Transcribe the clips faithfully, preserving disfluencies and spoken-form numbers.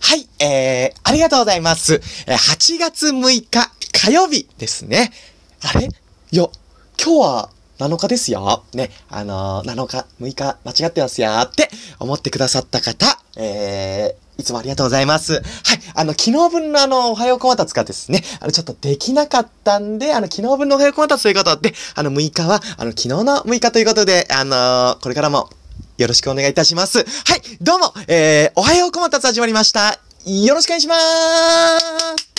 はい、えー、ありがとうございます。えー、はちがつむいか火曜日ですね。あれ？いや、今日はなのかですよ。ね、あのー、なのか、むいか間違ってますよって思ってくださった方、えー、いつもありがとうございます。はい。あの、昨日分のあの、おはようこまたつがですね、あの、ちょっとできなかったんで、あの、昨日分のおはようこまたつということで、あの、むいかは、あの、昨日のむいかということで、あのー、これからも、よろしくお願いいたします。はい。どうも、えー、おはようこまたつ始まりました。よろしくお願いしまーす。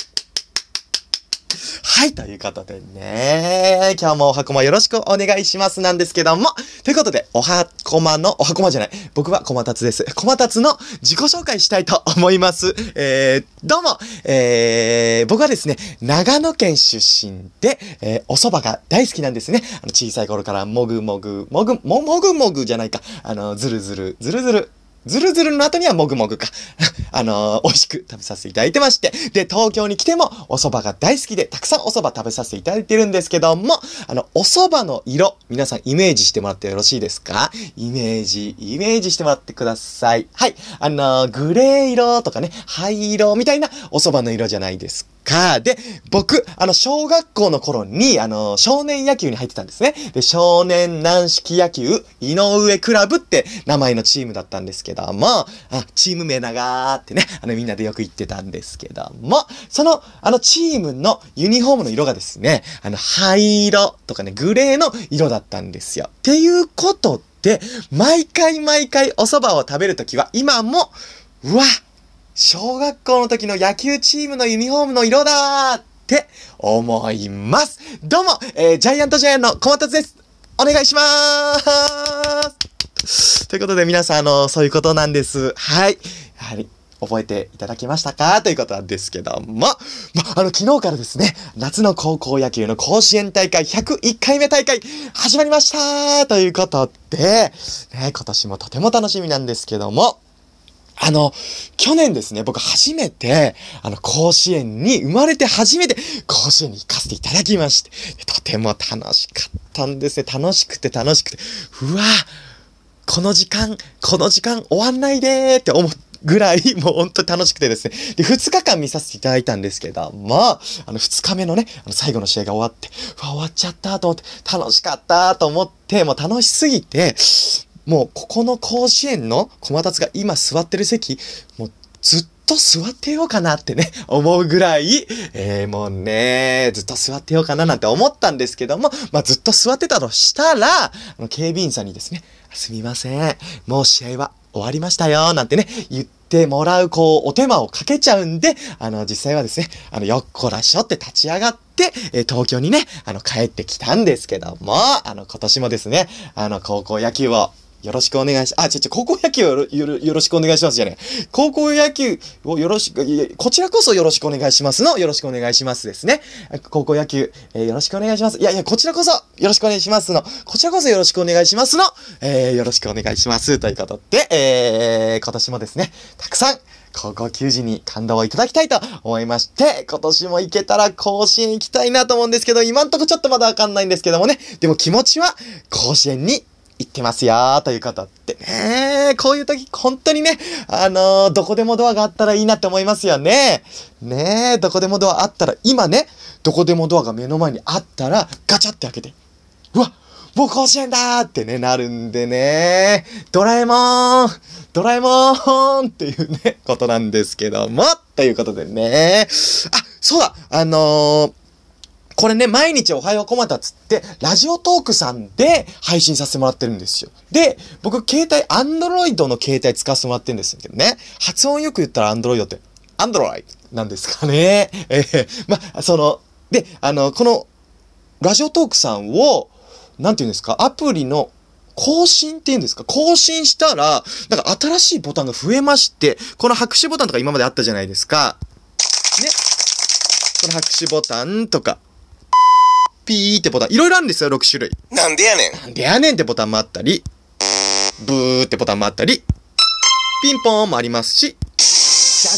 はい、ということでね、今日もおはこまよろしくお願いしますなんですけども、ということで、おはこまの、おはこまじゃない、僕はこまたつです。こまたつの自己紹介したいと思います。えー、どうも、えー、僕はですね、長野県出身で、えー、お蕎麦が大好きなんですね。あの、小さい頃からもぐもぐ、もぐ、も、もぐもぐじゃないか、あの、ずるずる、ずるずる、ずるずるの後にはもぐもぐか。あのー、美味しく食べさせていただいてまして。で、東京に来てもお蕎麦が大好きで、たくさんお蕎麦食べさせていただいてるんですけども、あの、お蕎麦の色、皆さんイメージしてもらってよろしいですか？イメージ、イメージしてもらってください。はい。あのー、グレー色とかね、灰色みたいなお蕎麦の色じゃないですか。で、僕、あの、小学校の頃に、あのー、少年野球に入ってたんですね。で、少年軟式野球、井上クラブって名前のチームだったんですけども、あ、チーム名長ーってね、あの、みんなでよく言ってたんですけども、その、あの、チームのユニフォームの色がですね、あの、灰色とかね、グレーの色だったんですよ。っていうことで、毎回毎回お蕎麦を食べるときは、今も、うわ、小学校の時の野球チームのユニフォームの色だーって思います。どうも、えー、ジャイアントジャイアンの小松です。お願いしまーす。ということで皆さん、あの、そういうことなんです。はい。やはり、覚えていただけましたかということなんですけども。ま、あの、昨日からですね、夏の高校野球の甲子園大会ひゃくいっかいめ大会始まりましたということで、ね、今年もとても楽しみなんですけども、あの、去年ですね、僕初めて、あの、甲子園に生まれて初めて甲子園に行かせていただきまして、とても楽しかったんですね。楽しくて楽しくて、うわぁ、この時間、この時間終わんないでーって思うぐらい、もう本当に楽しくてですね。で、ふつかかん見させていただいたんですけども、あの、ふつかめのね、あの、最後の試合が終わって、うわ、終わっちゃったと思って、楽しかったと思って、もう楽しすぎて、もう、ここの甲子園の小松が今座ってる席、もうずっと座ってようかなってね、思うぐらい、えー、もうね、ずっと座ってようかななんて思ったんですけども、まあ、ずっと座ってたとしたら、あの、警備員さんにですね、すみません、もう試合は終わりましたよ、なんてね、言ってもらう、こう、お手間をかけちゃうんで、あの、実際はですね、あの、よっこらしょって立ち上がって、えー、東京にね、あの、帰ってきたんですけども、あの、今年もですね、あの、高校野球を、よろしくお願いし、あ、ちょ、ちょ、高校野球をよろ、よろ、よろしくお願いしますじゃねえ。高校野球をよろしく、いや、こちらこそよろしくお願いしますの、よろしくお願いしますですね。高校野球、えー、よろしくお願いします。いやいや、こちらこそよろしくお願いしますの、こちらこそよろしくお願いしますの、えー、よろしくお願いします。ということで、えー、今年もですね、たくさん、高校球児に感動をいただきたいと思いまして、今年も行けたら甲子園行きたいなと思うんですけど、今んとこちょっとまだわかんないんですけどもね、でも気持ちは甲子園に行ってますよーということでね、こういう時本当にね、あのー、どこでもドアがあったらいいなって思いますよね。ねえ、どこでもドアあったら、今ね、どこでもドアが目の前にあったら、ガチャって開けて、うわ、もう甲子園だーってね、なるんでね、ドラえもーん、ドラえもーんっていうね、ことなんですけども、ということでね、あ、そうだ、あのー、これね、毎日おはようこまたつって、ラジオトークさんで配信させてもらってるんですよ。で、僕、携帯、アンドロイドの携帯使わせてもらってるんですけどね。発音よく言ったらアンドロイドって、アンドロイドなんですかね。えー、ま、その、で、あの、この、ラジオトークさんを、なんていうんですか、アプリの、更新っていうんですか、更新したら、なんか新しいボタンが増えまして、この拍手ボタンとか今まであったじゃないですか。ね。この拍手ボタンとか、ピーってボタン、いろいろあるんですよ、ろくしゅるい。 なんでやねん。 なんでやねんってボタンもあったり、ブーってボタンもあったり、ピンポーンもありますし、じゃ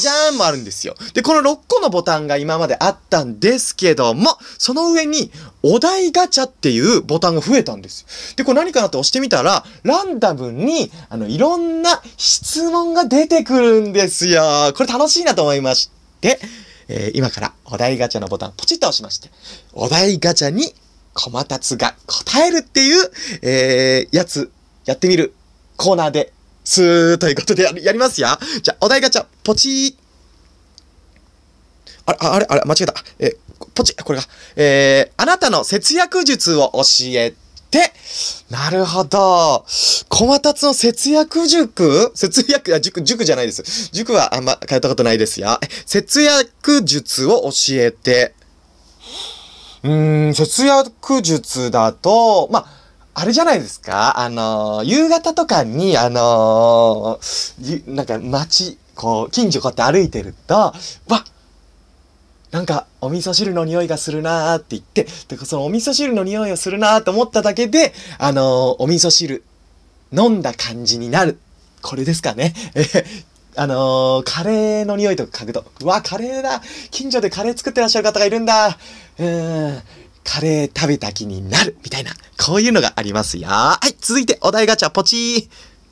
じゃーんもあるんですよ。で、このろっこのボタンが今まであったんですけども、その上に、お題ガチャっていうボタンが増えたんですよ。で、これ何かなって押してみたら、ランダムに、あの、いろんな質問が出てくるんですよ。これ楽しいなと思いまして、えー、今からお題ガチャのボタンポチッと押しまして、お題ガチャにコマタツが答えるっていう、えー、やつ、やってみるコーナーで、すーということでやりますよ。じゃあ、お題ガチャ、ポチー。あれ、あれ、あれ、間違えた。えー、ポチ、これが。えー、あなたの節約術を教えて、なるほど。コマタツの節約塾節約、あ、塾、塾じゃないです。塾はあんま通ったことないですよ。節約術を教えて。うーん、節約術だと、まあ、あれじゃないですかあのー、夕方とかに、あのー、なんか街、こう、近所こうやって歩いてると、わっなんか、お味噌汁の匂いがするなーって言って、でそのお味噌汁の匂いをするなーと思っただけで、あのー、お味噌汁、飲んだ感じになる。これですかね。あのー、カレーの匂いとか嗅ぐと、うわ、カレーだ近所でカレー作ってらっしゃる方がいるんだうーん。カレー食べた気になるみたいな、こういうのがありますよ。はい、続いてお題ガチャポチー。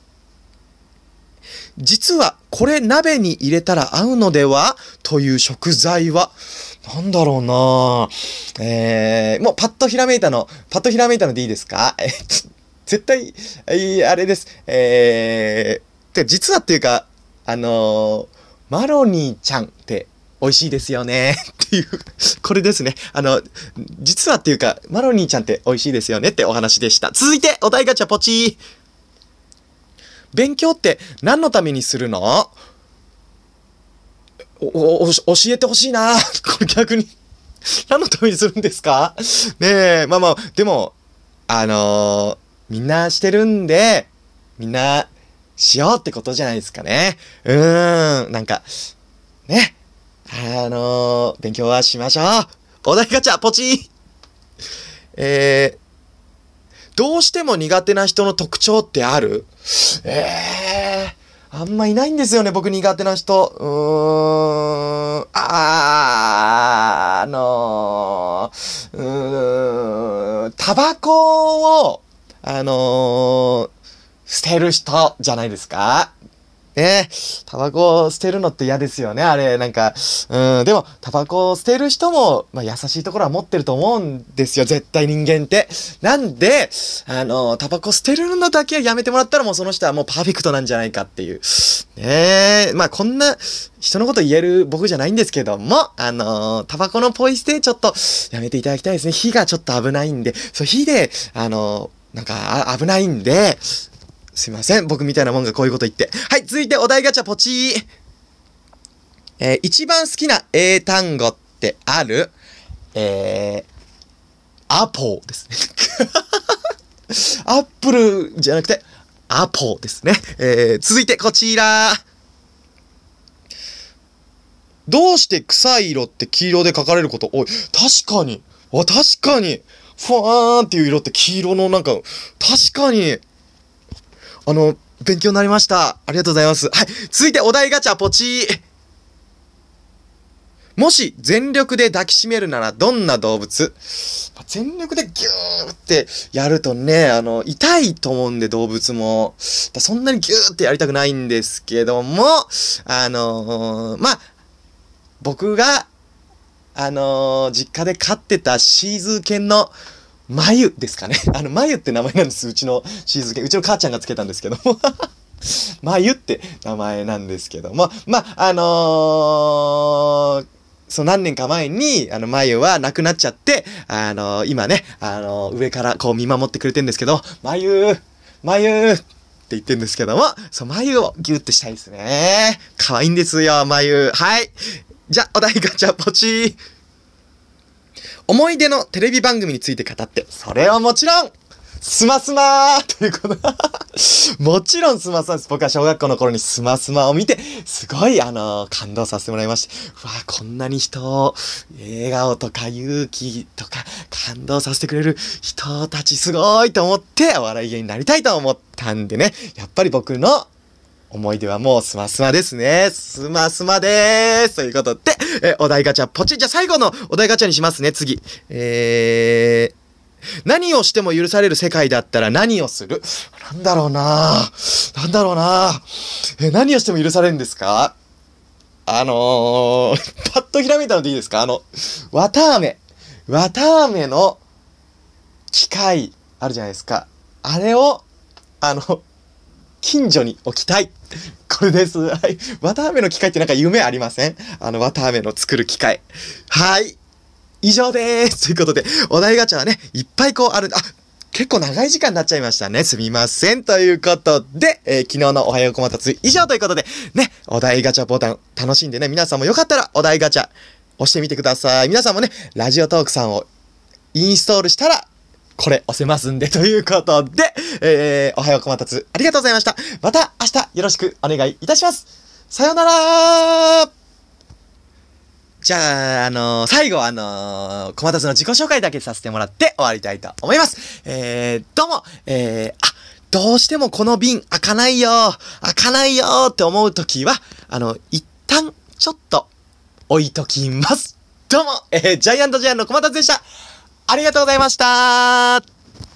実はこれ鍋に入れたら合うのではという食材は、なんだろうなえー、もうパッとひらめいたの、パッとひらめいたのでいいですかえ絶対、えー、あれです。えー、て実はっていうか、あのー、マロニーちゃんって、美味しいですよねっていう、これですね。あの、実はっていうか、マロニーちゃんって美味しいですよねってお話でした。続いて、お題ガチャポチー。勉強って何のためにするの？お、お、お教えてほしいなこれ逆に。何のためにするんですかねえ、まあまあ、でも、あのー、みんなしてるんで、みんな、しようってことじゃないですかね。うーん、なんか、ね。あのー、勉強はしましょう。お題ガチャ、ポチー。えー、どうしても苦手な人の特徴ってある？えー、あんまいないんですよね、僕苦手な人。うーん、あー、あのー、うーん、タバコを、あのー、捨てる人じゃないですか？ねえ、タバコを捨てるのって嫌ですよね、あれ、なんか。うん、でも、タバコを捨てる人も、まあ、優しいところは持ってると思うんですよ、絶対人間って。なんで、あの、タバコ捨てるのだけはやめてもらったらもうその人はもうパーフェクトなんじゃないかっていう。ねえ、まあ、こんな、人のこと言える僕じゃないんですけども、あの、タバコのポイ捨てちょっとやめていただきたいですね。火がちょっと危ないんで、そう、火で、あの、なんか、危ないんで、すいません。僕みたいなもんがこういうこと言って。はい、続いてお題ガチャポチー。えー、一番好きな英単語ってある？えー、アポーですね。アップルじゃなくて、アポーですね。えー、続いてこちら。どうして臭い色って黄色で書かれること多い？確かに。あ、確かに。ファーンっていう色って黄色のなんか、確かに。あの、勉強になりました。ありがとうございます。はい。続いてお題ガチャポチー。もし全力で抱きしめるならどんな動物？全力でギューってやるとね、あの、痛いと思うんで動物も。そんなにギューってやりたくないんですけども、あのー、まあ、僕が、あのー、実家で飼ってたシーズー犬のまゆですかね。あの、まゆって名前なんです。うちのシーズー犬。うちの母ちゃんがつけたんですけども。まゆって名前なんですけども。まあ、あのー、そう何年か前に、あの、まゆは亡くなっちゃって、あのー、今ね、あのー、上からこう見守ってくれてるんですけど、まゆまゆって言ってるんですけども、そう、まゆをギュッてしたいですね。可愛いんですよ、まゆ。はい。じゃ、お題ガチャポチー。思い出のテレビ番組について語って、それはもちろん、スマスマーということもちろんスマスマです。僕は小学校の頃にスマスマを見て、すごい、あのー、感動させてもらいまして、うわこんなに人を、笑顔とか勇気とか、感動させてくれる人たちすごいと思って、お笑い芸人になりたいと思ったんでね、やっぱり僕の、 思い出はもうスマスマですね。スマスマでーす。ということで、えー、お題ガチャポチ。じゃあ最後のお題ガチャにしますね、次。えー、何をしても許される世界だったら何をする？なんだろうなぁ。なんだろうなぁ。えー、何をしても許されるんですか？あのー、パッとひらめいたのでいいですか？あの、綿あめ。綿あめの機械あるじゃないですか。あれを、あの、近所に置きたい。これです。はい。綿あめの機械ってなんか夢ありません？あの、綿あめの作る機械。はい。以上でーす。ということで、お題ガチャはね、いっぱいこうある、あ、結構長い時間になっちゃいましたね。すみません。ということで、えー、昨日のおはようこまたつ以上ということで、ね、お題ガチャボタン楽しんでね、皆さんもよかったらお題ガチャ押してみてください。皆さんもね、ラジオトークさんをインストールしたら、これ押せますんで、ということで、えー、おはようこまたつありがとうございました。また明日よろしくお願いいたします。さようならー。じゃあ、あのー、最後はあのー、こまたつの自己紹介だけさせてもらって終わりたいと思います。えー、どうも、えー、あ、どうしてもこの瓶開かないよー、開かないよーって思うときは、あの、一旦ちょっと置いときます。どうも、えー、ジャイアントジャイアンのこまたつでした。ありがとうございましたー。